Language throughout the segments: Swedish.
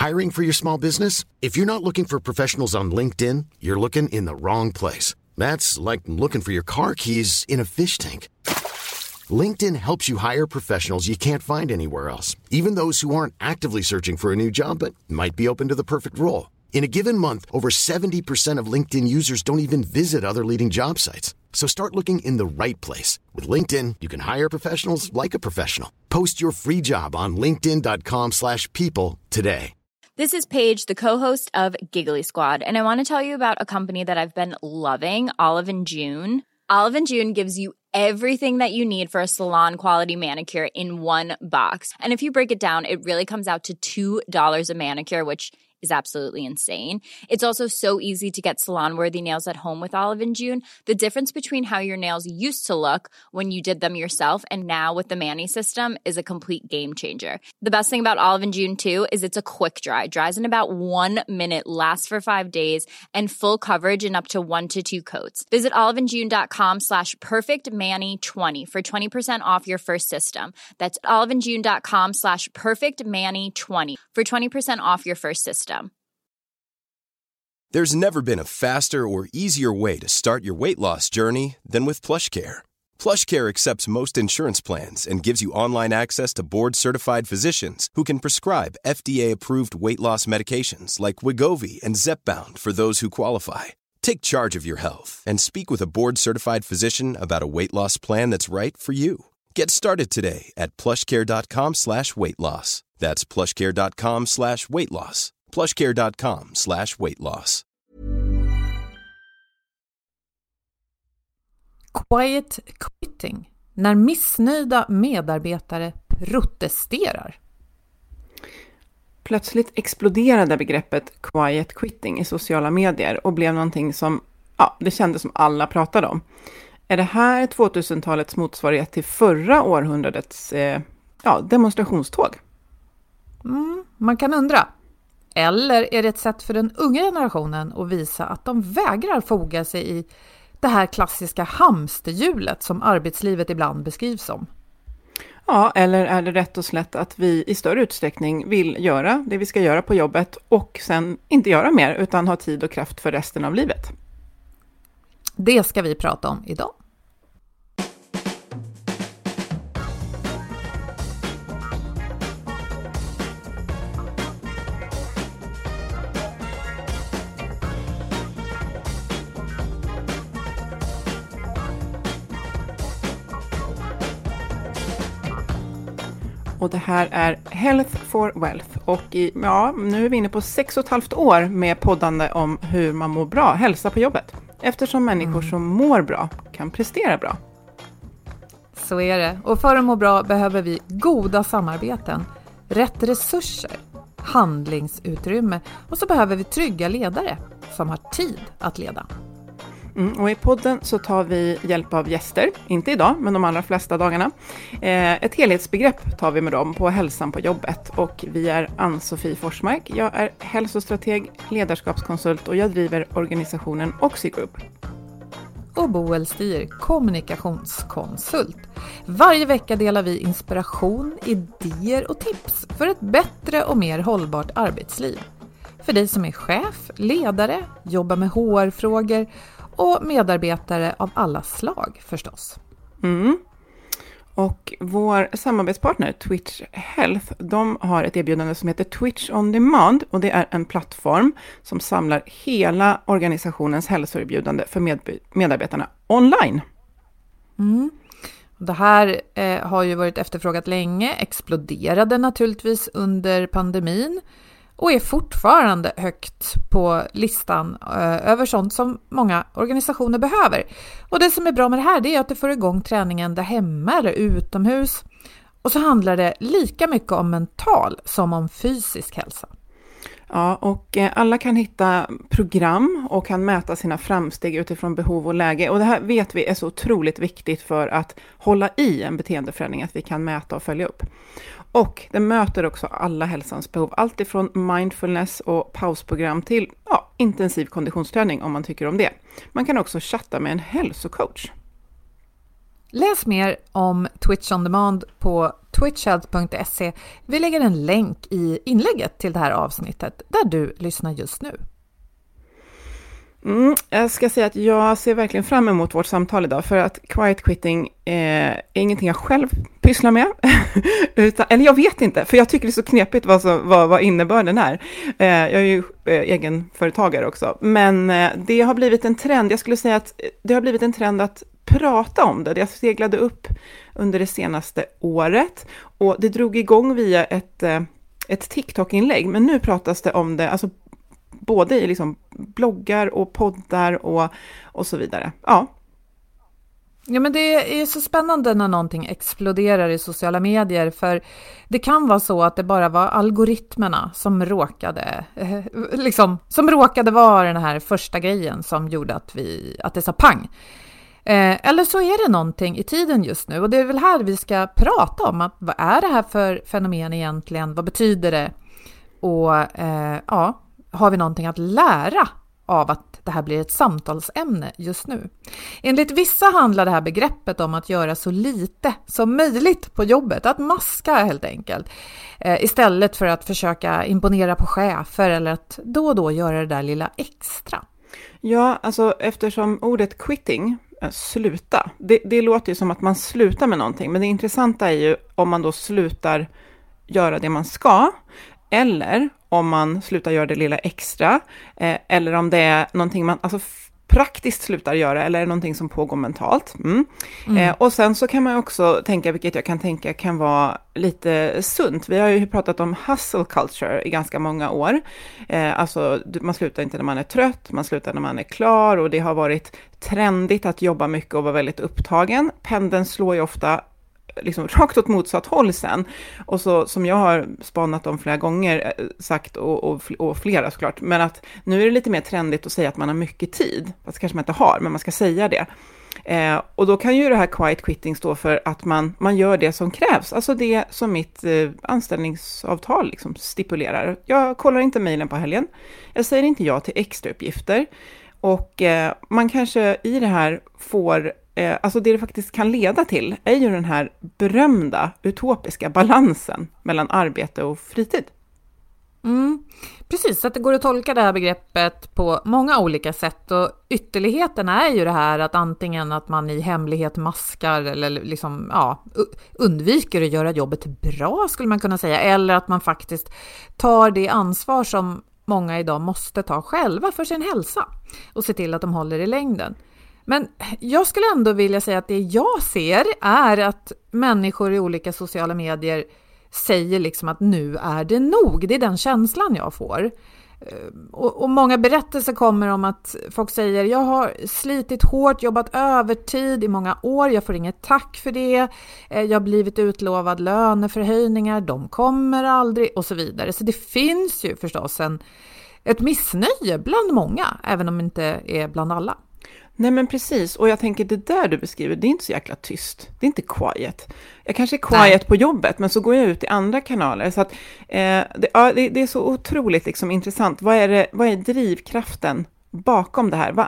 Hiring for your small business? If you're not looking for professionals on LinkedIn, you're looking in the wrong place. That's like looking for your car keys in a fish tank. LinkedIn helps you hire professionals you can't find anywhere else, even those who aren't actively searching for a new job but might be open to the perfect role. In a given month, over 70% of LinkedIn users don't even visit other leading job sites. So start looking in the right place. With LinkedIn, you can hire professionals like a professional. Post your free job on linkedin.com/people today. This is Paige, the co-host of Giggly Squad, and I want to tell you about a company that I've been loving, Olive & June. Olive & June gives you everything that you need for a salon-quality manicure in one box. And if you break it down, it really comes out to $2 a manicure, which is absolutely insane. It's also so easy to get salon-worthy nails at home with Olive & June. The difference between how your nails used to look when you did them yourself and now with the Mani system is a complete game changer. The best thing about Olive & June, too, is it's a quick dry. Dries in about 1 minute, lasts for 5 days, and full coverage in up to 1 to 2 coats. Visit oliveandjune.com/perfectmani20 for 20% off your first system. That's oliveandjune.com/perfectmani20 for 20% off your first system. There's never been a faster or easier way to start your weight loss journey than with PlushCare. PlushCare accepts most insurance plans and gives you online access to board-certified physicians who can prescribe FDA-approved weight loss medications like Wegovy and Zepbound for those who qualify. Take charge of your health and speak with a board-certified physician about a weight loss plan that's right for you. Get started today at plushcare.com/weightloss. That's plushcare.com/weightloss. plushcare.com/weightloss. Quiet quitting. När missnöjda medarbetare protesterar. Plötsligt exploderade begreppet quiet quitting i sociala medier och blev någonting som, det kändes som alla pratade om. Är det här 2000-talets motsvarighet till förra århundradets demonstrationståg? Man kan undra. Eller är det ett sätt för den unga generationen att visa att de vägrar foga sig i det här klassiska hamsterhjulet som arbetslivet ibland beskrivs som? Ja, eller är det rätt och slätt att vi i större utsträckning vill göra det vi ska göra på jobbet och sen inte göra mer utan ha tid och kraft för resten av livet? Det ska vi prata om idag. Och det här är Health for Wealth. Och nu är vi inne på 6,5 år med poddande om hur man mår bra, hälsa på jobbet. Eftersom människor som mår bra kan prestera bra. Så är det. Och för att må bra behöver vi goda samarbeten, rätt resurser, handlingsutrymme och så behöver vi trygga ledare som har tid att leda. Och i podden så tar vi hjälp av gäster, inte idag men de allra flesta dagarna. Ett helhetsbegrepp tar vi med dem på hälsan på jobbet och vi är Ann-Sofie Forsmark. Jag är hälsostrateg, ledarskapskonsult och jag driver organisationen Oxigroup. Och Boel Stier, kommunikationskonsult. Varje vecka delar vi inspiration, idéer och tips för ett bättre och mer hållbart arbetsliv. För dig som är chef, ledare, jobbar med HR-frågor och medarbetare av alla slag förstås. Och vår samarbetspartner Twitch Health, de har ett erbjudande som heter Twitch On Demand och det är en plattform som samlar hela organisationens hälsoerbjudande för medarbetarna online. Det här har ju varit efterfrågat länge, exploderade naturligtvis under pandemin och är fortfarande högt på listan över sånt som många organisationer behöver. Och det som är bra med det här det är att det får igång träningen där hemma eller utomhus. Och så handlar det lika mycket om mental som om fysisk hälsa. Ja, och alla kan hitta program och kan mäta sina framsteg utifrån behov och läge. Och det här vet vi är så otroligt viktigt för att hålla i en beteendeförändring, att vi kan mäta och följa upp. Och det möter också alla hälsans behov, allt ifrån mindfulness och pausprogram till intensiv konditionsträning om man tycker om det. Man kan också chatta med en hälsocoach. Läs mer om Twitch on demand på twitchhealth.se. Vi lägger en länk i inlägget till det här avsnittet där du lyssnar just nu. Jag ska säga att jag ser verkligen fram emot vårt samtal idag, för att quiet quitting är ingenting jag själv pysslar med. Eller jag vet inte, för jag tycker det är så knepigt vad innebörden är. Jag är ju egenföretagare också, men det har blivit en trend. Jag skulle säga att det har blivit en trend att prata om det. Det seglade upp under det senaste året och det drog igång via ett TikTok-inlägg, men nu pratas det om det, alltså både i liksom bloggar och poddar och så vidare. Ja, men det är så spännande när någonting exploderar i sociala medier, för det kan vara så att det bara var algoritmerna som råkade vara den här första grejen som gjorde att det sa pang. Eller så är det någonting i tiden just nu, och det är väl här vi ska prata om att vad är det här för fenomen egentligen, vad betyder det, och har vi någonting att lära av att det här blir ett samtalsämne just nu. Enligt vissa handlar det här begreppet om att göra så lite som möjligt på jobbet, att maska helt enkelt, istället för att försöka imponera på chefer eller att då och då göra det där lilla extra. Ja, alltså eftersom ordet quitting, sluta, det låter ju som att man slutar med någonting, men det intressanta är ju om man då slutar göra det man ska, eller om man slutar göra det lilla extra, eller om det är någonting man praktiskt slutar göra, eller är det någonting som pågår mentalt. Och sen så kan man också tänka, vilket jag kan tänka kan vara lite sunt. Vi har ju pratat om hustle culture i ganska många år. Alltså man slutar inte när man är trött, man slutar när man är klar, och det har varit trendigt att jobba mycket och vara väldigt upptagen. Pendeln slår ju ofta liksom rakt åt motsatt håll sen. Och så som jag har spanat om flera gånger, sagt och flera såklart, men att nu är det lite mer trendigt att säga att man har mycket tid. Fast kanske man inte har, men man ska säga det. Och då kan ju det här quiet quitting stå för att man gör det som krävs. Alltså det som mitt anställningsavtal liksom stipulerar. Jag kollar inte mejlen på helgen. Jag säger inte ja till extrauppgifter. Och man kanske i det här får, alltså det faktiskt kan leda till är ju den här berömda utopiska balansen mellan arbete och fritid. Precis, så att det går att tolka det här begreppet på många olika sätt, och ytterligheten är ju det här att antingen att man i hemlighet maskar eller liksom, undviker att göra jobbet bra, skulle man kunna säga, eller att man faktiskt tar det ansvar som många idag måste ta själva för sin hälsa och se till att de håller i längden. Men jag skulle ändå vilja säga att det jag ser är att människor i olika sociala medier säger liksom att nu är det nog. Det är den känslan jag får. Och många berättelser kommer om att folk säger: jag har slitit hårt, jobbat övertid i många år, jag får inget tack för det, jag har blivit utlovad löneförhöjningar, de kommer aldrig, och så vidare. Så det finns ju förstås ett missnöje bland många, även om det inte är bland alla. Nej men precis, och jag tänker det där du beskriver, det är inte så jäkla tyst, det är inte quiet. Jag kanske är quiet på jobbet, men så går jag ut i andra kanaler. Så att, det är så otroligt liksom intressant. Vad är drivkraften bakom det här?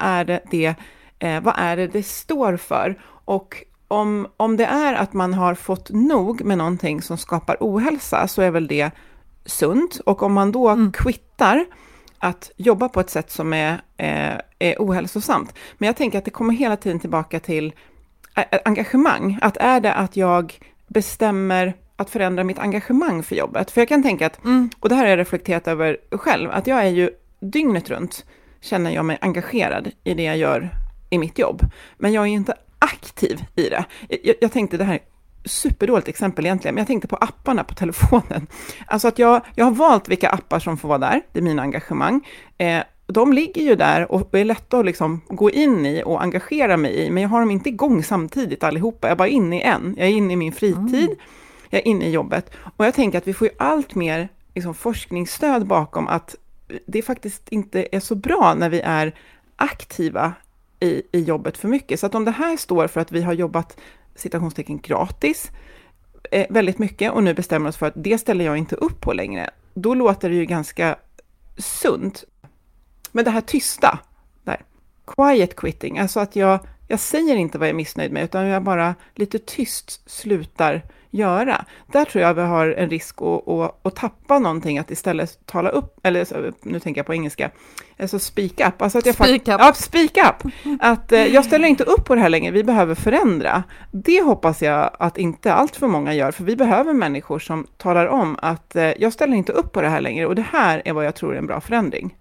Vad är det står för? Och om det är att man har fått nog med någonting som skapar ohälsa, så är väl det sunt. Och om man då kvittar att jobba på ett sätt som är ohälsosamt. Men jag tänker att det kommer hela tiden tillbaka till engagemang. Att är det att jag bestämmer att förändra mitt engagemang för jobbet? För jag kan tänka att, och det här har jag reflekterat över själv, att jag är ju dygnet runt, känner jag mig engagerad i det jag gör i mitt jobb. Men jag är inte aktiv i det. Jag tänkte det här superdåligt exempel egentligen, men jag tänkte på apparna på telefonen. Alltså att jag har valt vilka appar som får vara där, det är mina engagemang. De ligger ju där och är lätta att liksom gå in i och engagera mig i, men jag har dem inte igång samtidigt allihopa. Jag är bara inne i en. Jag är inne i min fritid, jag är inne i jobbet. Och jag tänker att vi får ju allt mer liksom forskningsstöd bakom att det faktiskt inte är så bra när vi är aktiva i jobbet för mycket. Så att om det här står för att vi har jobbat citationstecken gratis väldigt mycket och nu bestämmer oss för att det ställer jag inte upp på längre, då låter det ju ganska sunt. Men det här tysta där, quiet quitting, alltså att jag jag säger inte vad jag är missnöjd med, utan jag bara lite tyst slutar göra. Där tror jag vi har en risk att tappa någonting, att istället tala upp, eller nu tänker jag på engelska, alltså speak up. Alltså att jag speak up. Att jag ställer inte upp på det här längre, vi behöver förändra. Det hoppas jag att inte allt för många gör, för vi behöver människor som talar om att jag ställer inte upp på det här längre, och det här är vad jag tror är en bra förändring.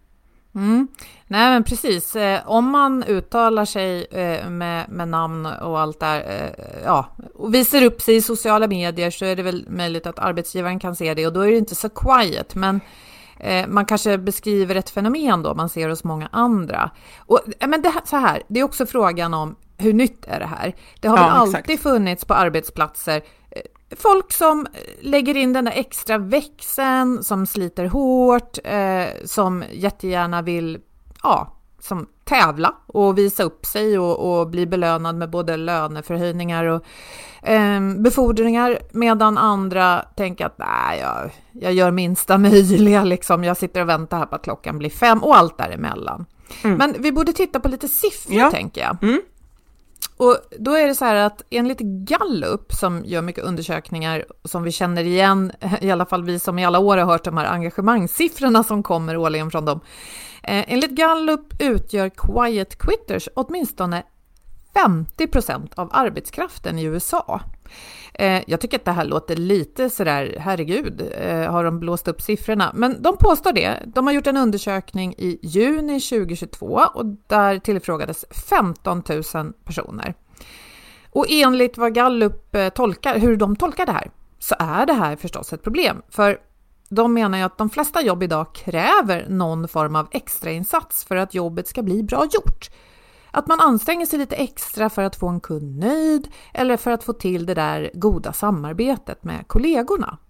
Nej, men precis. Om man uttalar sig med namn och allt där, och visar upp sig i sociala medier, så är det väl möjligt att arbetsgivaren kan se det, och då är det inte så quiet, men man kanske beskriver ett fenomen då man ser hos många andra. Men det är också frågan om hur nytt är det här? Det har väl alltid funnits på arbetsplatser folk som lägger in den där extra växeln, som sliter hårt, som jättegärna vill som tävla och visa upp sig och bli belönad med både löneförhöjningar och befordringar, medan andra tänker att nej, jag gör minsta möjliga, liksom. Jag sitter och väntar här på att klockan blir 5 och allt däremellan. Men vi borde titta på lite siffror, tänker jag. Och då är det så här att enligt Gallup, som gör mycket undersökningar som vi känner igen, i alla fall vi som i alla år har hört de här engagemangssiffrorna som kommer årligen från dem. Enligt Gallup utgör quiet quitters åtminstone 50% av arbetskraften i USA. Jag tycker att det här låter lite sådär, herregud, har de blåst upp siffrorna? Men de påstår det. De har gjort en undersökning i juni 2022 och där tillfrågades 15 000 personer. Och enligt vad Gallup hur de tolkar det här, så är det här förstås ett problem. För de menar ju att de flesta jobb idag kräver någon form av extrainsats för att jobbet ska bli bra gjort. Att man anstränger sig lite extra för att få en kund nöjd eller för att få till det där goda samarbetet med kollegorna.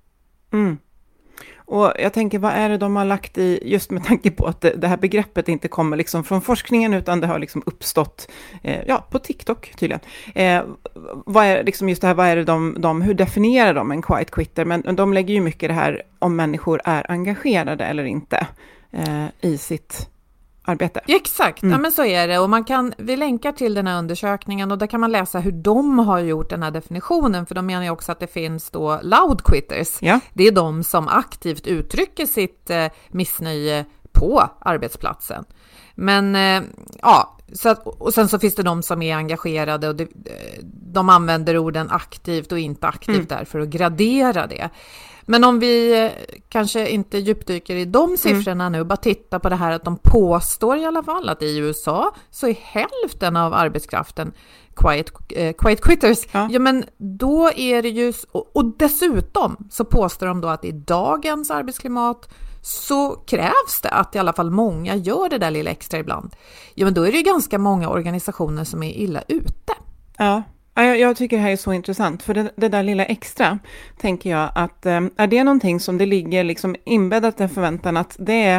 Och jag tänker, vad är det de har lagt i, just med tanke på att det här begreppet inte kommer liksom från forskningen, utan det har liksom uppstått på TikTok tydligen. Vad är liksom just det här, vad är det de hur definierar de en quiet quitter? Men de lägger ju mycket det här om människor är engagerade eller inte i sitt arbete. Exakt, ja, men så är det. Och vi länkar till den här undersökningen och där kan man läsa hur de har gjort den här definitionen, för de menar ju också att det finns då loud quitters. Ja. Det är de som aktivt uttrycker sitt missnöje på arbetsplatsen. Men och sen så finns det de som är engagerade och de använder orden aktivt och inte aktivt där för att gradera det. Men om vi kanske inte djupdyker i de siffrorna nu, bara titta på det här att de påstår i alla fall att i USA så är hälften av arbetskraften quiet quitters. Ja, men då är det ju, och dessutom så påstår de då att i dagens arbetsklimat så krävs det att i alla fall många gör det där lilla extra ibland. Ja, men då är det ju ganska många organisationer som är illa ute. Ja. Jag tycker det här är så intressant, för det där lilla extra tänker jag att är det någonting som det ligger liksom inbäddat en förväntan att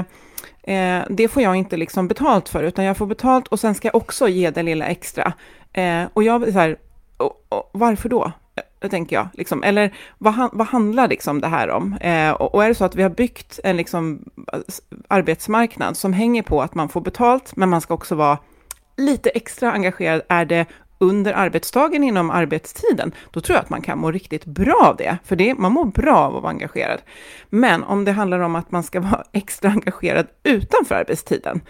det får jag inte liksom betalt för, utan jag får betalt och sen ska jag också ge det lilla extra. Och jag så här, varför då? Det tänker jag liksom, eller vad handlar liksom det här om? Och är det så att vi har byggt en liksom arbetsmarknad som hänger på att man får betalt, men man ska också vara lite extra engagerad, är det under arbetsdagen inom arbetstiden, då tror jag att man kan må riktigt bra av det. För man mår bra av att vara engagerad. Men om det handlar om att man ska vara extra engagerad utanför arbetstiden,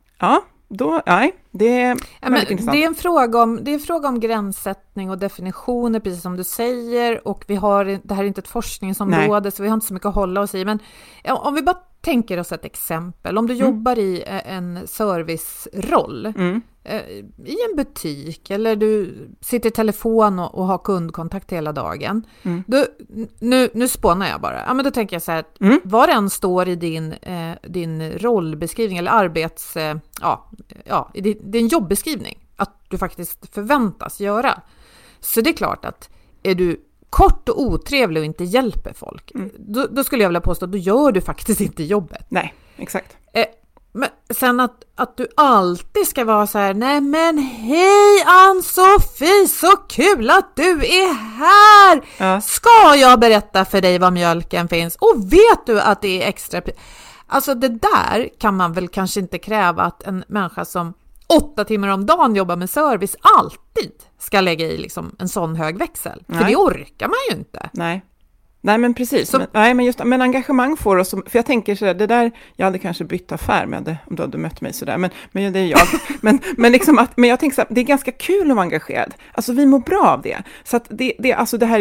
det är väldigt intressant. Det är en fråga om gränssättning och definitioner, precis som du säger. Och det här är inte ett forskningsområde, så vi har inte så mycket att hålla oss i. Men om vi bara tänker oss ett exempel. Om du jobbar i en serviceroll i en butik, eller du sitter i telefon och har kundkontakt hela dagen. Nu spånar jag bara. Ja, men då tänker jag så här, vad den står i din rollbeskrivning eller i din jobbeskrivning, att du faktiskt förväntas göra. Så det är klart att är du kort och otrevlig och inte hjälper folk, då skulle jag vilja påstå att då gör du faktiskt inte jobbet. Nej, exakt. Men sen att du alltid ska vara så här, nej men hej Ann-Sofie, så kul att du är här. Ja. Ska jag berätta för dig var mjölken finns? Och vet du att det är extra? Alltså det där kan man väl kanske inte kräva att en människa som 8 timmar om dagen jobba med service alltid ska lägga i liksom en sån hög växel. För det orkar man ju inte. Nej, men precis. Men engagemang får oss, för jag tänker så där, det där, jag hade kanske bytt affär med om du hade mött mig sådär, men det är jag. men jag tänker så här, det är ganska kul att vara engagerad. Alltså vi mår bra av det. Så att det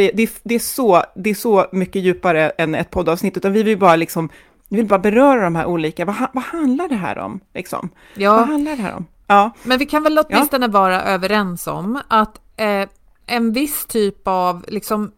är så mycket djupare än ett poddavsnitt, utan vi vill bara beröra de här olika, vad handlar det här om? Liksom? Ja. Vad handlar det här om? Ja. Men vi kan väl åtminstone vara överens om att en viss typ av liksom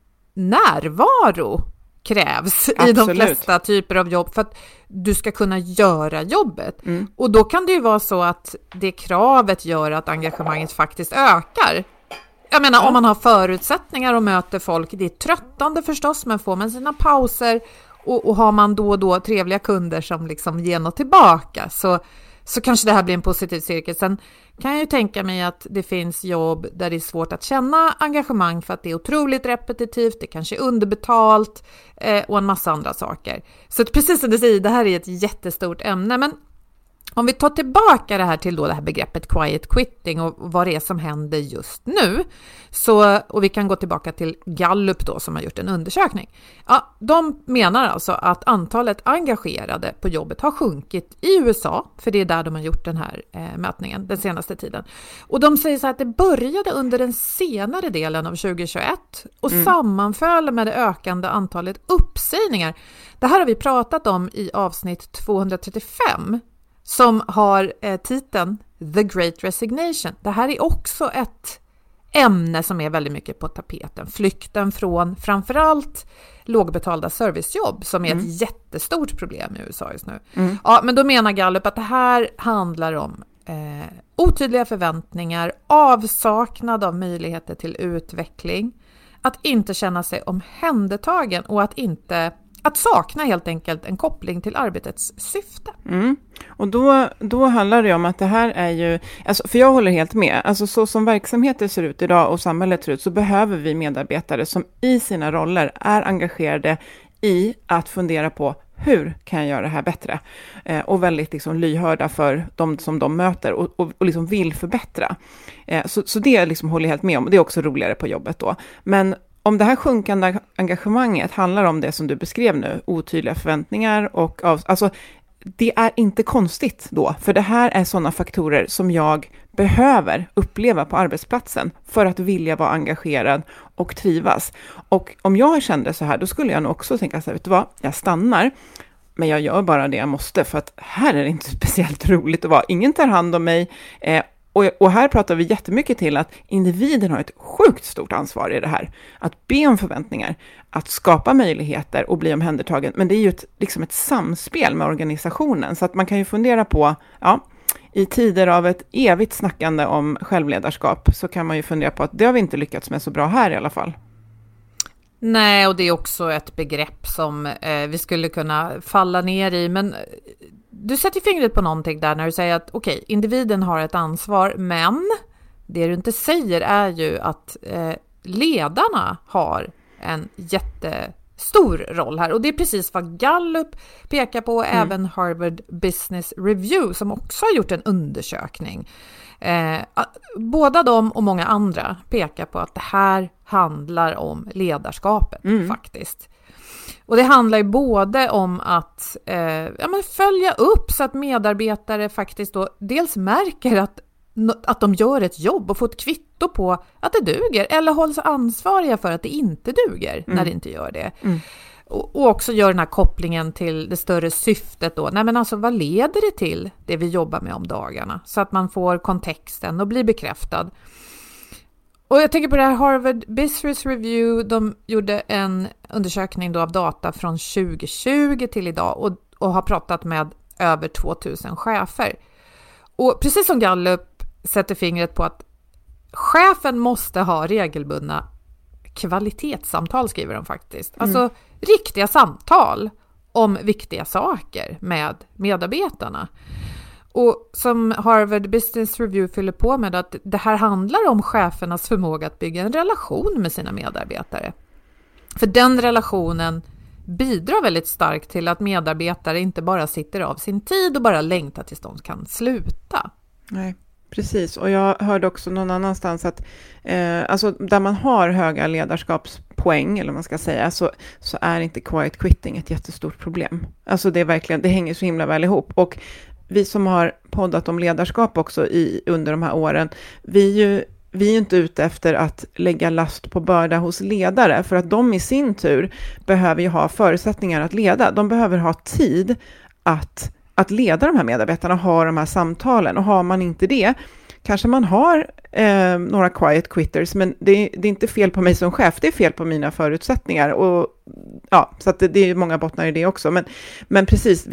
närvaro krävs. Absolut. I de flesta typer av jobb för att du ska kunna göra jobbet. Och då kan det ju vara så att det kravet gör att engagemanget faktiskt ökar. Jag menar, om man har förutsättningar och möter folk, det är tröttande förstås, men får man sina pauser och har man då och då trevliga kunder som liksom ger något tillbaka, så kanske det här blir en positiv cirkel. Sen kan jag ju tänka mig att det finns jobb där det är svårt att känna engagemang för att det är otroligt repetitivt, det kanske är underbetalt och en massa andra saker. Så precis som du säger, det här är ett jättestort ämne. Men om vi tar tillbaka det här till då det här begreppet quiet quitting och vad det är som händer just nu. Och vi kan gå tillbaka till Gallup då som har gjort en undersökning. Ja, de menar alltså att antalet engagerade på jobbet har sjunkit i USA. För det är där de har gjort den här mätningen den senaste tiden. Och de säger så här att det började under den senare delen av 2021 och sammanföll med det ökande antalet uppsägningar. Det här har vi pratat om i avsnitt 235. Som har titeln The Great Resignation. Det här är också ett ämne som är väldigt mycket på tapeten. Flykten från framförallt lågbetalda servicejobb som är ett jättestort problem i USA just nu. Ja, men då menar Gallup att det här handlar om otydliga förväntningar, avsaknad av möjligheter till utveckling, att inte känna sig omhändertagen och att sakna helt enkelt en koppling till arbetets syfte. Och då handlar det om att det här är ju, alltså, för jag håller helt med, alltså så som verksamheter ser ut idag och samhället ser ut så behöver vi medarbetare som i sina roller är engagerade i att fundera på hur kan jag göra det här bättre? Och väldigt liksom lyhörda för de som de möter och liksom vill förbättra. Så det liksom håller jag helt med om. Det är också roligare på jobbet då. Men om det här sjunkande engagemanget handlar om det som du beskrev nu, otydliga förväntningar och alltså det är inte konstigt då, för det här är sådana faktorer som jag behöver uppleva på arbetsplatsen för att vilja vara engagerad och trivas. Och om jag kände så här, då skulle jag nog också tänka så här, vet du vad, jag stannar, men jag gör bara det jag måste för att här är det inte speciellt roligt att vara. Ingen tar hand om mig. Och här pratar vi jättemycket till att individen har ett sjukt stort ansvar i det här. Att be om förväntningar, att skapa möjligheter och bli omhändertagen. Men det är ju liksom ett samspel med organisationen. Så att man kan ju fundera på, i tider av ett evigt snackande om självledarskap så kan man ju fundera på att det har vi inte lyckats med så bra här i alla fall. Nej, och det är också ett begrepp som vi skulle kunna falla ner i, men du sätter fingret på någonting där när du säger att okej, individen har ett ansvar, men det du inte säger är ju att ledarna har en jättestor roll här. Och det är precis vad Gallup pekar på, även Harvard Business Review som också har gjort en undersökning. Båda de och många andra pekar på att det här handlar om ledarskapet faktiskt. Och det handlar ju både om att följa upp så att medarbetare faktiskt då dels märker att de gör ett jobb och får ett kvitto på att det duger, eller hålls ansvariga för att det inte duger när det inte gör det. Och också gör den här kopplingen till det större syftet då. Nej, men alltså, vad leder det till det vi jobbar med om dagarna? Så att man får kontexten och blir bekräftad. Och jag tänker på det här Harvard Business Review. De gjorde en undersökning då av data från 2020 till idag och har pratat med över 2000 chefer. Och precis som Gallup sätter fingret på att chefen måste ha regelbundna kvalitetssamtal, skriver de faktiskt. Alltså riktiga samtal om viktiga saker med medarbetarna. Och som Harvard Business Review fyller på med att det här handlar om chefernas förmåga att bygga en relation med sina medarbetare. För den relationen bidrar väldigt starkt till att medarbetare inte bara sitter av sin tid och bara längtar tills de kan sluta. Nej, Precis, och jag hörde också någon annanstans att alltså där man har höga ledarskapspoäng, eller vad man ska säga, så är inte quiet quitting ett jättestort problem. Alltså det är verkligen, det hänger så himla väl ihop. Och vi som har poddat om ledarskap också under de här åren, vi är inte ute efter att lägga last på börda hos ledare, för att de i sin tur behöver ju ha förutsättningar att leda. De behöver ha tid att leda de här medarbetarna och ha de här samtalen. Och har man inte det, kanske man har några quiet quitters, men det är inte fel på mig som chef, det är fel på mina förutsättningar. Och ja, så att det är många bottnar i det också. Men precis,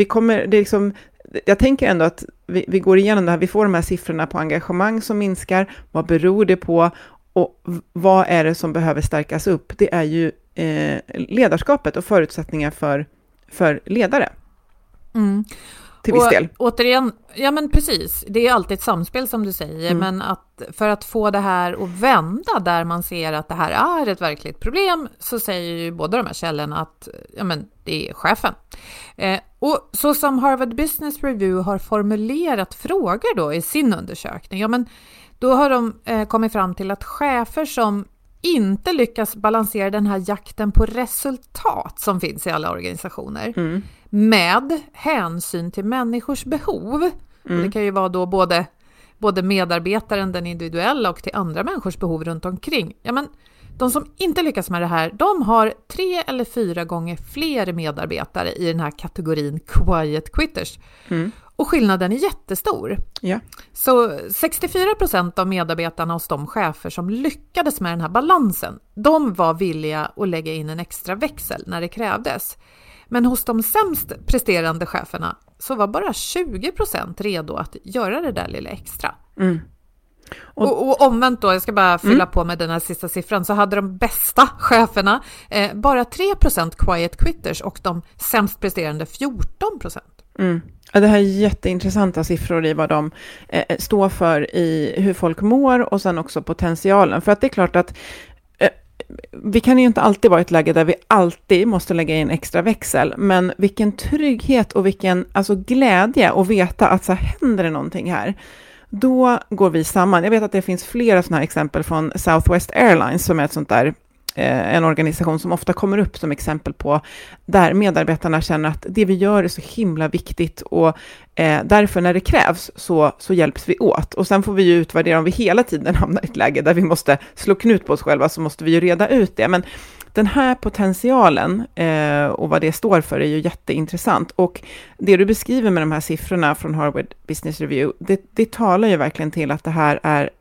jag tänker ändå att vi går igenom det här, vi får de här siffrorna på engagemang som minskar, vad beror det på och vad är det som behöver stärkas upp? Det är ju ledarskapet och förutsättningar för ledare. Mm. Till viss del. Återigen, ja men precis, det är alltid ett samspel som du säger, men för att få det här att vända där man ser att det här är ett verkligt problem, så säger ju båda de här källorna att det är chefen. Och så som Harvard Business Review har formulerat frågor då i sin undersökning, då har de kommit fram till att chefer som inte lyckas balansera den här jakten på resultat som finns i alla organisationer med hänsyn till människors behov. Och det kan ju vara då både medarbetaren, den individuella, och till andra människors behov runt omkring. De som inte lyckas med det här, de har 3 eller 4 gånger fler medarbetare i den här kategorin quiet quitters. Och skillnaden är jättestor. Ja. Så 64% av medarbetarna hos de chefer som lyckades med den här balansen, de var villiga att lägga in en extra växel när det krävdes. Men hos de sämst presterande cheferna så var bara 20% redo att göra det där lilla extra. Och omvänt då, jag ska bara fylla på med den här sista siffran, så hade de bästa cheferna bara 3% quiet quitters och de sämst presterande 14%. Ja, det här är jätteintressanta siffror i vad de står för, i hur folk mår och sen också potentialen. För att det är klart att vi kan ju inte alltid vara i ett läge där vi alltid måste lägga in extra växel, men vilken trygghet och vilken glädje att veta att så händer det någonting här. Då går vi samman. Jag vet att det finns flera sådana här exempel från Southwest Airlines, som är ett sånt där en organisation som ofta kommer upp som exempel på där medarbetarna känner att det vi gör är så himla viktigt, och därför när det krävs så hjälps vi åt. Och sen får vi ju utvärdera, om vi hela tiden hamnar i ett läge där vi måste slå knut på oss själva, så måste vi ju reda ut det. Men den här potentialen och vad det står för är ju jätteintressant. Och det du beskriver med de här siffrorna från Harvard Business Review, det talar ju verkligen till att det här är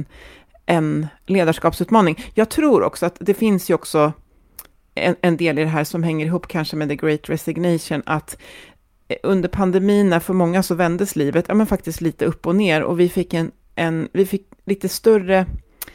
en ledarskapsutmaning. Jag tror också att det finns ju också en del i det här som hänger ihop kanske med the great resignation, att under pandemin, när för många så vändes livet faktiskt lite upp och ner, och vi fick vi fick lite större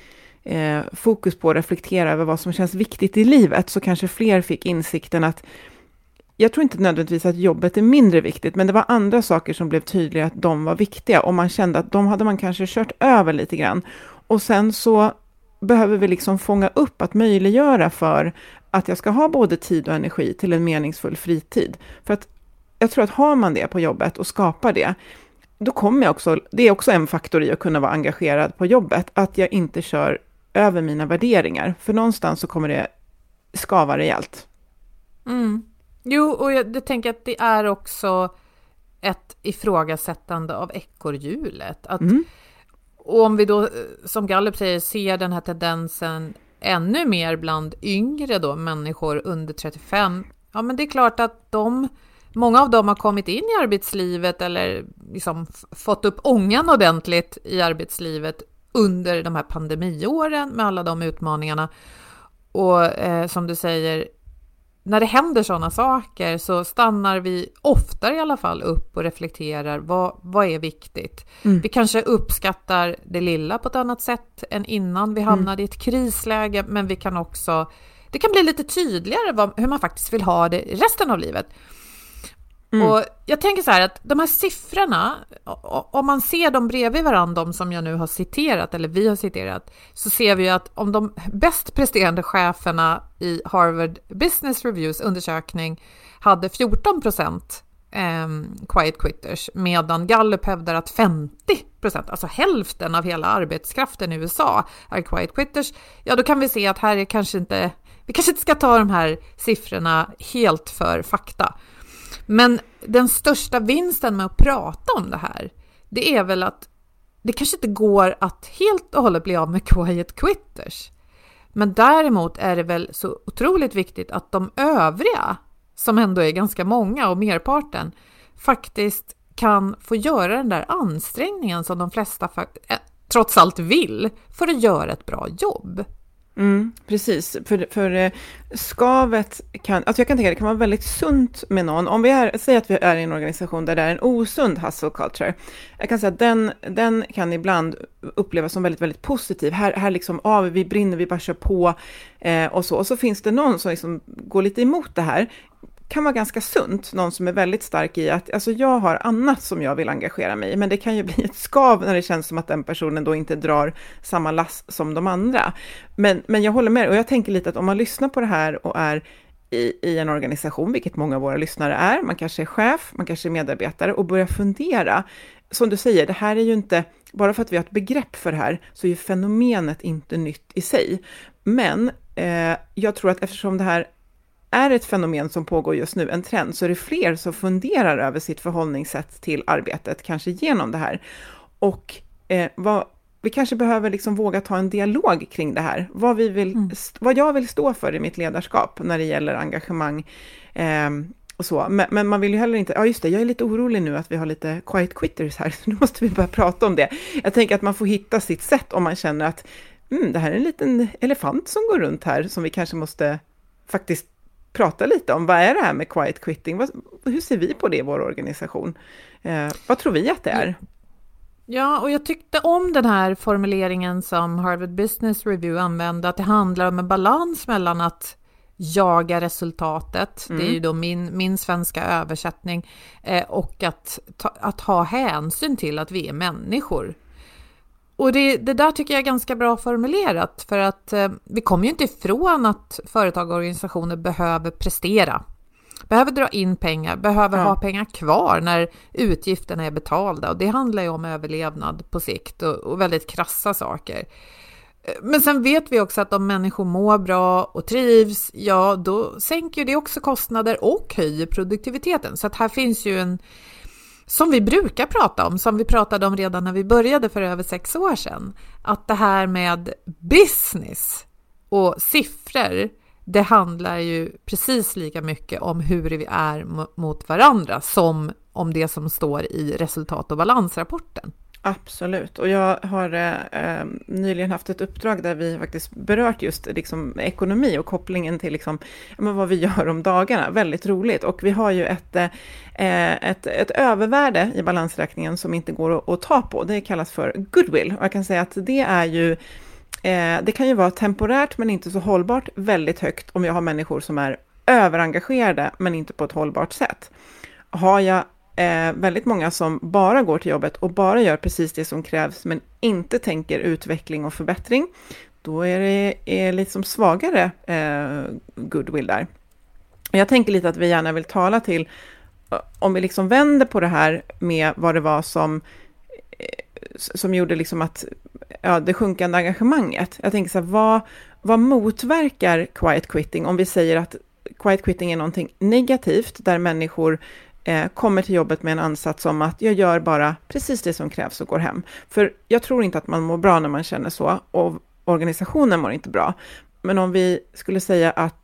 fokus på att reflektera över vad som känns viktigt i livet, så kanske fler fick insikten att, jag tror inte nödvändigtvis att jobbet är mindre viktigt, men det var andra saker som blev tydliga att de var viktiga, och man kände att de hade man kanske kört över lite grann. Och sen så behöver vi fånga upp, att möjliggöra för att jag ska ha både tid och energi till en meningsfull fritid. För att jag tror att har man det på jobbet och skapar det, då kommer jag också, det är också en faktor i att kunna vara engagerad på jobbet, att jag inte kör över mina värderingar. För någonstans så kommer det skava rejält. Jo, och jag tänker att det är också ett ifrågasättande av ekorrhjulet. Och om vi då, som Gallup säger, ser den här tendensen ännu mer bland yngre då, människor under 35, men det är klart att många av dem har kommit in i arbetslivet eller fått upp ångan ordentligt i arbetslivet under de här pandemiåren med alla de utmaningarna. Och som du säger, när det händer sådana saker så stannar vi oftare i alla fall upp och reflekterar, vad är viktigt? Vi kanske uppskattar det lilla på ett annat sätt än innan vi hamnade i ett krisläge, men vi kan också, det kan bli lite tydligare hur man faktiskt vill ha det resten av livet. Och jag tänker så här, att de här siffrorna, om man ser dem bredvid varandra, de som jag nu har citerat, eller vi har citerat, så ser vi att om de bäst presterande cheferna i Harvard Business Reviews undersökning hade 14% quiet quitters, medan Gallup hävdar att 50%, alltså hälften av hela arbetskraften i USA är quiet quitters. Ja, då kan vi se att här är vi kanske inte ska ta de här siffrorna helt för fakta. Men den största vinsten med att prata om det här, det är väl att det kanske inte går att helt och hållet bli av med quiet quitters. Men däremot är det väl så otroligt viktigt att de övriga, som ändå är ganska många och merparten, faktiskt kan få göra den där ansträngningen som de flesta trots allt vill för att göra ett bra jobb. Precis, för skavet kan, alltså jag kan tänka det kan vara väldigt sunt med någon. Om vi säger att vi är i en organisation där det är en osund hustle culture, jag kan säga att den kan ibland upplevas som väldigt, väldigt positiv. Här liksom, vi brinner, vi bara kör på och så finns det någon som liksom går lite emot det här. Kan vara ganska sunt, någon som är väldigt stark i att alltså jag har annat som jag vill engagera mig i, men det kan ju bli ett skav när det känns som att den personen då inte drar samma lass som de andra. Men jag håller med, och jag tänker lite att om man lyssnar på det här och är i en organisation, vilket många av våra lyssnare är, man kanske är chef, man kanske är medarbetare, och börjar fundera, som du säger, det här är ju inte, bara för att vi har ett begrepp för det här, så är ju fenomenet inte nytt i sig. Men jag tror att eftersom det här är ett fenomen som pågår just nu, en trend, så är det fler som funderar över sitt förhållningssätt till arbetet, kanske genom det här. Och vi kanske behöver liksom våga ta en dialog kring det här. Vad jag vill stå för i mitt ledarskap när det gäller engagemang och så. Men man vill ju heller inte, just det, jag är lite orolig nu att vi har lite quiet quitters här, så nu måste vi börja prata om det. Jag tänker att man får hitta sitt sätt om man känner att det här är en liten elefant som går runt här, som vi kanske måste faktiskt prata lite om. Vad är det här med quiet quitting? Hur ser vi på det i vår organisation? Vad tror vi att det är? Ja, och jag tyckte om den här formuleringen som Harvard Business Review använde, att det handlar om en balans mellan att jaga resultatet, det är ju då min svenska översättning, och att ha hänsyn till att vi är människor. Och det där tycker jag är ganska bra formulerat, för att vi kommer ju inte ifrån att företag och organisationer behöver prestera. Behöver dra in pengar, behöver ha pengar kvar när utgifterna är betalda. Och det handlar ju om överlevnad på sikt och väldigt krassa saker. Men sen vet vi också att om människor mår bra och trivs, ja då sänker det också kostnader och höjer produktiviteten. Så att här finns ju som vi brukar prata om, som vi pratade om redan när vi började för över 6 år sedan, att det här med business och siffror, det handlar ju precis lika mycket om hur vi är mot varandra som om det som står i resultat- och balansrapporten. Absolut, och jag har nyligen haft ett uppdrag där vi faktiskt berört just liksom ekonomi och kopplingen till liksom, vad vi gör om dagarna. Väldigt roligt, och vi har ju ett övervärde i balansräkningen som inte går att ta på. Det kallas för goodwill, och jag kan säga att det är ju det kan ju vara temporärt men inte så hållbart väldigt högt om jag har människor som är överengagerade men inte på ett hållbart sätt. Har jag väldigt många som bara går till jobbet och bara gör precis det som krävs men inte tänker utveckling och förbättring, då är det liksom svagare goodwill där. Jag tänker lite att vi gärna vill tala till, om vi liksom vänder på det här med vad det var som gjorde liksom att det sjunkande engagemanget. Jag tänker så här, vad motverkar quiet quitting om vi säger att quiet quitting är någonting negativt där människor kommer till jobbet med en ansats om att jag gör bara precis det som krävs och går hem. För jag tror inte att man mår bra när man känner så, och organisationen mår inte bra. Men om vi skulle säga att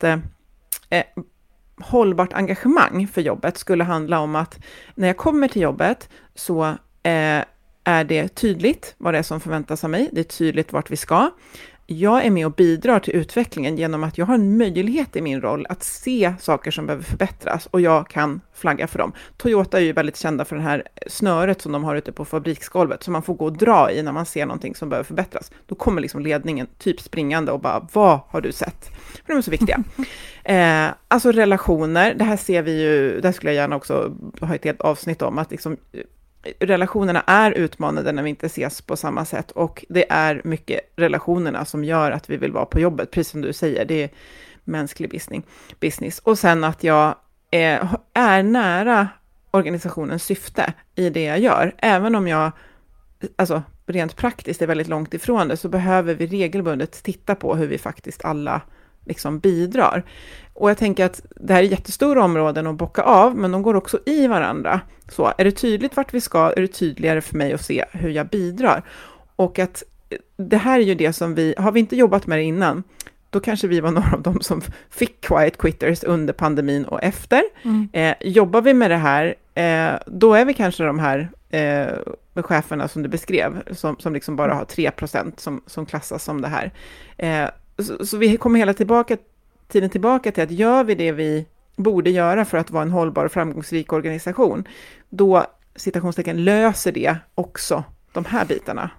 hållbart engagemang för jobbet skulle handla om att när jag kommer till jobbet så är det tydligt vad det är som förväntas av mig. Det är tydligt vart vi ska. Jag är med och bidrar till utvecklingen genom att jag har en möjlighet i min roll att se saker som behöver förbättras, och jag kan flagga för dem. Toyota är ju väldigt kända för det här snöret som de har ute på fabriksgolvet, som man får gå och dra i när man ser någonting som behöver förbättras. Då kommer liksom ledningen typ springande och bara, vad har du sett? För de är så viktiga. Alltså relationer, det här ser vi ju, där skulle jag gärna också ha ett helt avsnitt om, att liksom relationerna är utmanande när vi inte ses på samma sätt, och det är mycket relationerna som gör att vi vill vara på jobbet, precis som du säger, det är mänsklig business. Och sen att jag är nära organisationens syfte i det jag gör. Även om jag, alltså rent praktiskt är väldigt långt ifrån det, så behöver vi regelbundet titta på hur vi faktiskt alla liksom bidrar. Och jag tänker att det här är jättestora områden att bocka av, men de går också i varandra. Så är det tydligt vart vi ska, är det tydligare för mig att se hur jag bidrar. Och att det här är ju det som har vi inte jobbat med det innan, då kanske vi var några av dem som fick quiet quitters under pandemin och efter. Jobbar vi med det här, då är vi kanske de här cheferna som du beskrev, som liksom bara har 3% som klassas som det här. Så vi kommer hela tiden tillbaka till att gör vi det vi borde göra för att vara en hållbar och framgångsrik organisation, då citationstecken löser det också de här bitarna.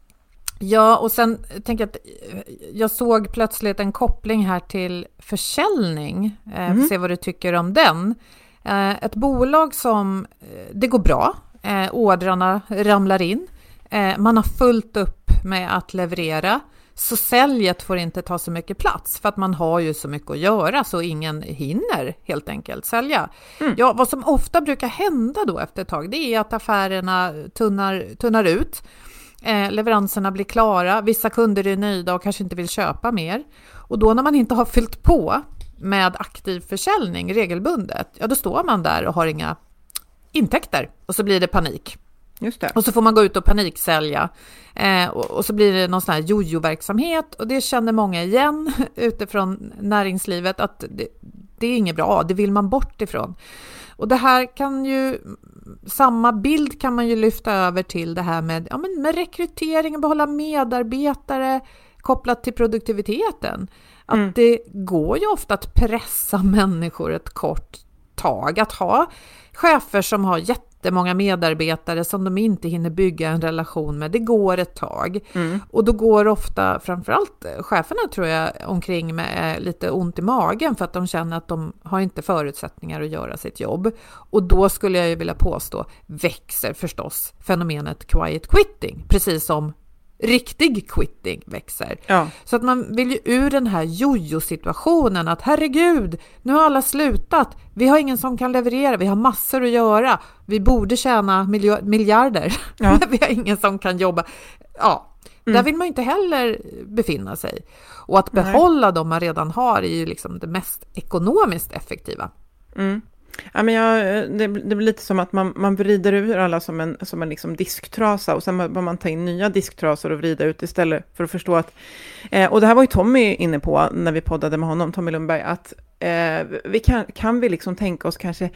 Ja, och sen tänker jag att jag såg plötsligt en koppling här till försäljning. Får se vad du tycker om den. Ett bolag som det går bra, ordrarna ramlar in, man har fullt upp med att leverera, så säljet får inte ta så mycket plats för att man har ju så mycket att göra så ingen hinner helt enkelt sälja. Ja, vad som ofta brukar hända då efter ett tag, det är att affärerna tunnar ut. Leveranserna blir klara, vissa kunder är nöjda och kanske inte vill köpa mer. Och då när man inte har fyllt på med aktiv försäljning regelbundet, ja då står man där och har inga intäkter och så blir det panik. Just det. Och så får man gå ut och paniksälja och så blir det någon sån här jojo-verksamhet, och det känner många igen utifrån näringslivet att det är inget bra, det vill man bort ifrån. Och det här kan ju, samma bild kan man ju lyfta över till det här med rekrytering, behålla medarbetare kopplat till produktiviteten. Att det går ju ofta att pressa människor ett kort tag, att ha chefer som har jättemånga medarbetare som de inte hinner bygga en relation med. Det går ett tag. Och då går ofta, framförallt cheferna tror jag, omkring med lite ont i magen för att de känner att de har inte förutsättningar att göra sitt jobb. Och då skulle jag ju vilja påstå växer förstås fenomenet quiet quitting, precis som riktig quitting växer. Ja. Så att man vill ju ur den här jojo-situationen att herregud, nu har alla slutat. Vi har ingen som kan leverera. Vi har massor att göra. Vi borde tjäna miljarder. Ja. Men vi har ingen som kan jobba. Ja, där vill man inte heller befinna sig. Och att behålla dem man redan har är ju liksom det mest ekonomiskt effektiva. Ja, men det blir lite som att man vrider ur alla som en liksom disktrasa, och sen bör man ta in nya disktrasor och vrida ut istället, för att förstå att och det här var ju Tommy inne på när vi poddade med honom, Tommy Lundberg, att vi kan vi liksom tänka oss kanske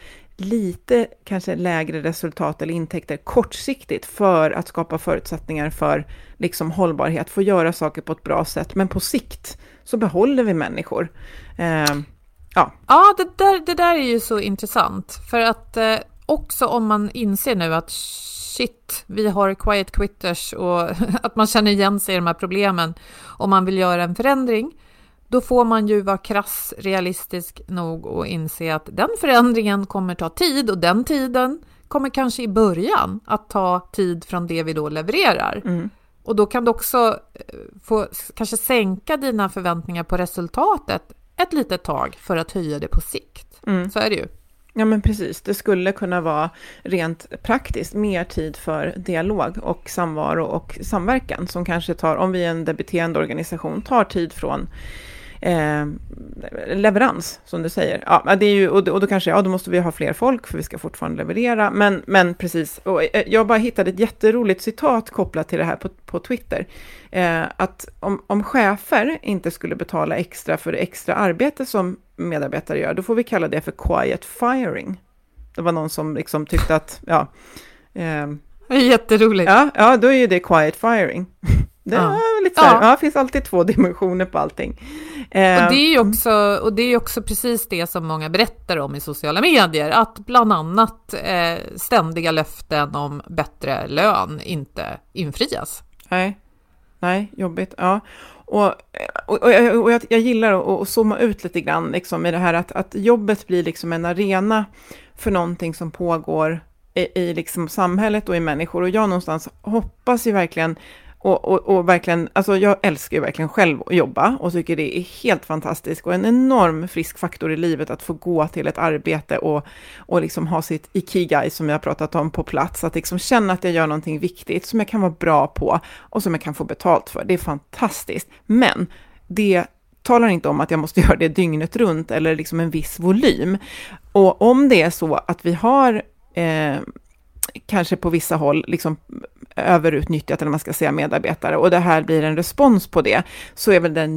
lägre resultat eller intäkter kortsiktigt för att skapa förutsättningar för liksom hållbarhet, för att göra saker på ett bra sätt, men på sikt så behåller vi människor. Ja, det där är ju så intressant. För att också om man inser nu att shit, vi har quiet quitters och att man känner igen sig i de här problemen, om man vill göra en förändring, då får man ju vara krass realistisk nog och inse att den förändringen kommer ta tid, och den tiden kommer kanske i början att ta tid från det vi då levererar. Och då kan du också få kanske sänka dina förväntningar på resultatet ett litet tag för att höja det på sikt. Så är det ju. Ja, men precis. Det skulle kunna vara rent praktiskt mer tid för dialog och samvaro och samverkan, som kanske tar, om vi är en debiterande organisation, tar tid från leverans, som du säger. Ja, det är ju, och då kanske, då måste vi ha fler folk för vi ska fortfarande leverera. Men precis, och jag bara hittade ett jätteroligt citat kopplat till det här på Twitter. Att om chefer inte skulle betala extra för det extra arbete som medarbetare gör, då får vi kalla det för quiet firing. Det var någon som liksom tyckte att, jätteroligt. Ja, då är ju det quiet firing. Det är lite så här, finns alltid 2 dimensioner på allting. Och det är ju också precis det som många berättar om i sociala medier, att bland annat ständiga löften om bättre lön inte infrias. Nej, jobbigt. Ja. Och jag gillar att zooma ut lite grann liksom, i det här att jobbet blir liksom en arena för någonting som pågår i liksom samhället och i människor. Och jag någonstans hoppas ju verkligen Och verkligen, alltså jag älskar ju verkligen själv att jobba och tycker det är helt fantastiskt och en enorm frisk faktor i livet att få gå till ett arbete och liksom ha sitt ikigai som jag har pratat om på plats, att liksom känna att jag gör någonting viktigt som jag kan vara bra på och som jag kan få betalt för. Det är fantastiskt, men det talar inte om att jag måste göra det dygnet runt eller liksom en viss volym. Och om det är så att vi har kanske på vissa håll liksom överutnyttjat, eller man ska säga, medarbetare, och det här blir en respons på det, så är väl den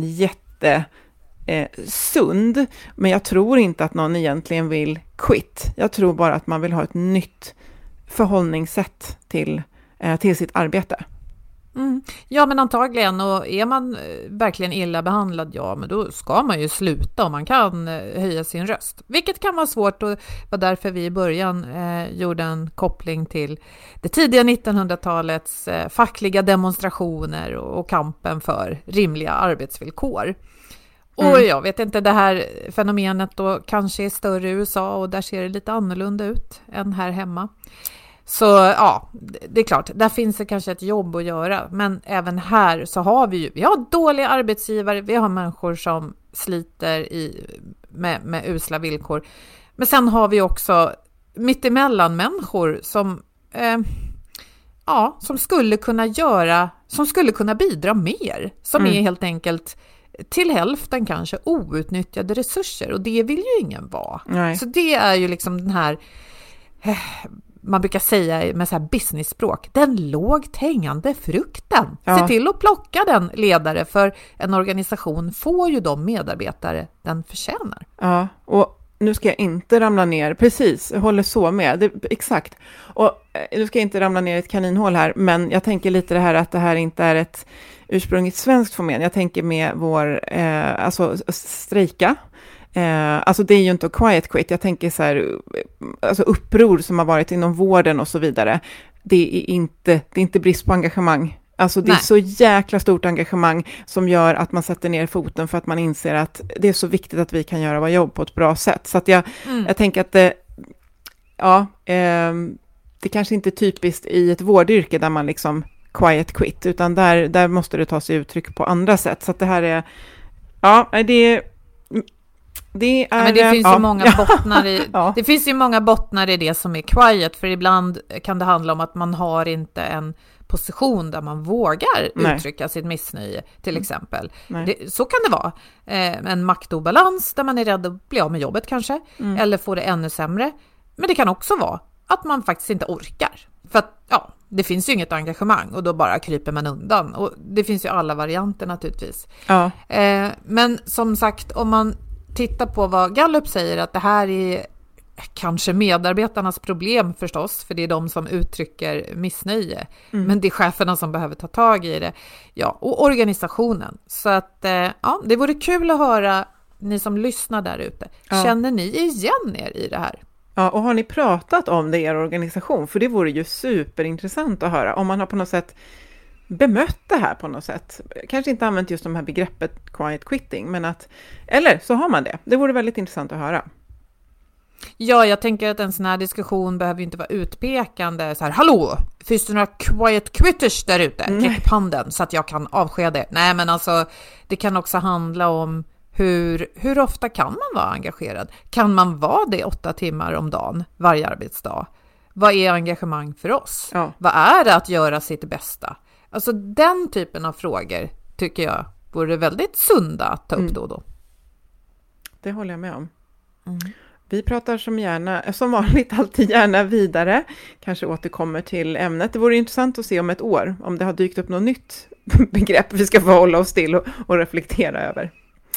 sund, men jag tror inte att någon egentligen vill quit. Jag tror bara att man vill ha ett nytt förhållningssätt till sitt arbete. Ja, men antagligen, och är man verkligen illa behandlad, ja, men då ska man ju sluta om man kan höja sin röst. Vilket kan vara svårt, och var därför vi i början gjorde en koppling till det tidiga 1900-talets fackliga demonstrationer och kampen för rimliga arbetsvillkor. Och jag vet inte, det här fenomenet då kanske är större i USA och där ser det lite annorlunda ut än här hemma. Så ja, det är klart, där finns det kanske ett jobb att göra. Men även här så har vi har dåliga arbetsgivare, vi har människor som sliter med usla villkor. Men sen har vi också mittemellan människor som som skulle kunna bidra mer. Som är helt enkelt till hälften kanske outnyttjade resurser, och det vill ju ingen vara. Nej. Så det är ju liksom den här... man brukar säga med så här business-språk, den lågt hängande frukten. Ja. Se till att plocka den, ledare, för en organisation får ju de medarbetare den förtjänar. Ja, och nu ska jag inte ramla ner, precis, jag håller så med, exakt. Och nu ska jag inte ramla ner i ett kaninhål här, men jag tänker lite det här att det här inte är ett ursprungligt svenskt fenomen. Jag tänker med vår, strejka. Alltså det är ju inte quiet quit. Jag tänker så här, alltså uppror som har varit inom vården och så vidare. Det är inte brist på engagemang. Alltså det är så jäkla stort engagemang som gör att man sätter ner foten för att man inser att det är så viktigt att vi kan göra vår jobb på ett bra sätt. Så att jag tänker att det kanske inte är typiskt i ett vårdyrke där man liksom quiet quit, utan där måste det ta sig uttryck på andra sätt. Så att det här är, men det finns ju många bottnar i det finns ju många bottnar i det som är quiet, för ibland kan det handla om att man har inte en position där man vågar uttrycka sitt missnöje till exempel. Så kan det vara. En maktobalans där man är rädd att bli av med jobbet kanske, eller få det ännu sämre. Men det kan också vara att man faktiskt inte orkar. För att det finns ju inget engagemang och då bara kryper man undan. Och det finns ju alla varianter naturligtvis. Ja. Men som sagt, om man tittar på vad Gallup säger, att det här är kanske medarbetarnas problem förstås, för det är de som uttrycker missnöje. Men det är cheferna som behöver ta tag i det. Ja, och organisationen. Så att det vore kul att höra, ni som lyssnar där ute. Känner ni igen er i det här? Ja, och har ni pratat om det i er organisation? För det vore ju superintressant att höra. Om man har på något sätt bemött det här på något sätt. Kanske inte använt just de här begreppet quiet quitting, men eller så har man det. Det vore väldigt intressant att höra. Ja, jag tänker att en sån här diskussion behöver inte vara utpekande. Så här, hallå, finns det några quiet quitters där ute? Räck upp handen så att jag kan avskeda. Nej, men alltså, det kan också handla om hur ofta kan man vara engagerad? Kan man vara det 8 timmar om dagen, varje arbetsdag? Vad är engagemang för oss? Ja. Vad är det att göra sitt bästa? Alltså den typen av frågor tycker jag vore väldigt sunda att ta upp då och då. Det håller jag med om. Vi pratar som vanligt alltid gärna vidare. Kanske återkommer till ämnet. Det vore intressant att se om ett år om det har dykt upp något nytt begrepp vi ska förhålla oss till och reflektera över.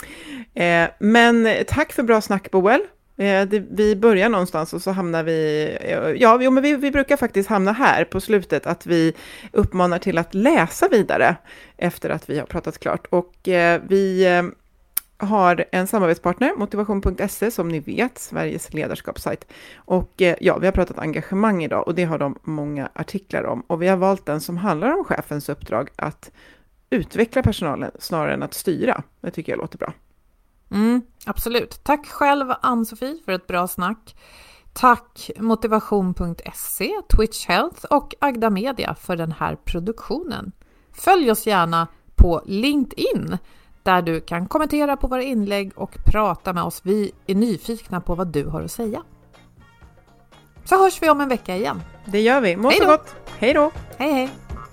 Men tack för bra snack, Boel. Vi börjar någonstans och så hamnar vi... men vi brukar faktiskt hamna här på slutet, att vi uppmanar till att läsa vidare efter att vi har pratat klart. Och vi har en samarbetspartner, motivation.se, som ni vet, Sveriges ledarskapssajt. Och vi har pratat engagemang idag och det har de många artiklar om. Och vi har valt den som handlar om chefens uppdrag att utveckla personalen snarare än att styra. Det tycker jag låter bra. Absolut. Tack själv, Ann-Sofie, för ett bra snack. Tack motivation.se, Twitch Health och Agda Media för den här produktionen. Följ oss gärna på LinkedIn där du kan kommentera på våra inlägg och prata med oss. Vi är nyfikna på vad du har att säga. Så hörs vi om en vecka igen. Det gör vi. Må så gott. Hej då. Hej hej.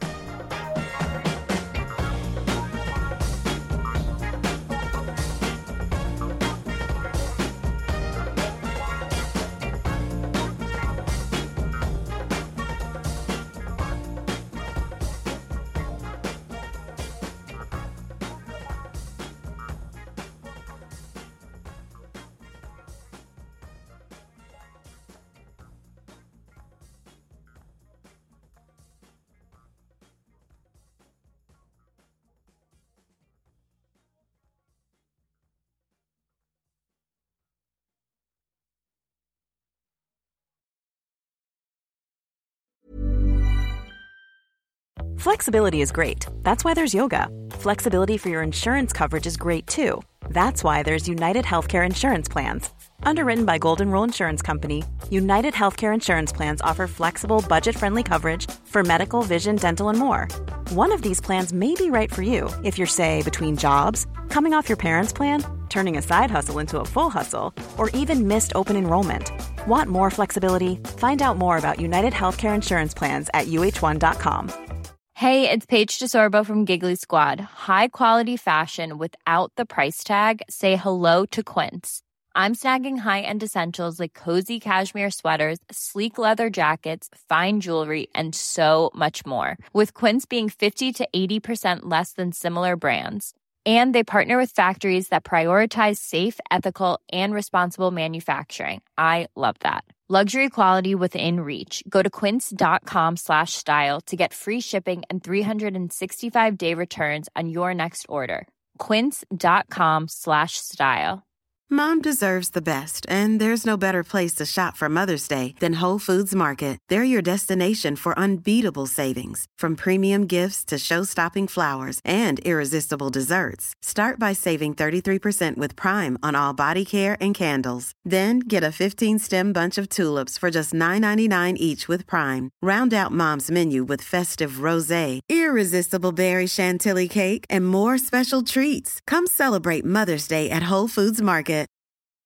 Flexibility is great. That's why there's yoga. Flexibility for your insurance coverage is great too. That's why there's United Healthcare Insurance Plans. Underwritten by Golden Rule Insurance Company, United Healthcare Insurance Plans offer flexible, budget-friendly coverage for medical, vision, dental, and more. One of these plans may be right for you if you're, say, between jobs, coming off your parents' plan, turning a side hustle into a full hustle, or even missed open enrollment. Want more flexibility? Find out more about United Healthcare Insurance Plans at uh1.com. Hey, it's Paige DeSorbo from Giggly Squad. High quality fashion without the price tag. Say hello to Quince. I'm snagging high-end essentials like cozy cashmere sweaters, sleek leather jackets, fine jewelry, and so much more. With Quince being 50 to 80% less than similar brands. And they partner with factories that prioritize safe, ethical, and responsible manufacturing. I love that. Luxury quality within reach. Go to quince.com/style to get free shipping and 365-day returns on your next order. Quince.com/style. Mom deserves the best, and there's no better place to shop for Mother's Day than Whole Foods Market. They're your destination for unbeatable savings, from premium gifts to show-stopping flowers and irresistible desserts. Start by saving 33% with Prime on all body care and candles. Then get a 15-stem bunch of tulips for just $9.99 each with Prime. Round out Mom's menu with festive rosé, irresistible berry chantilly cake, and more special treats. Come celebrate Mother's Day at Whole Foods Market.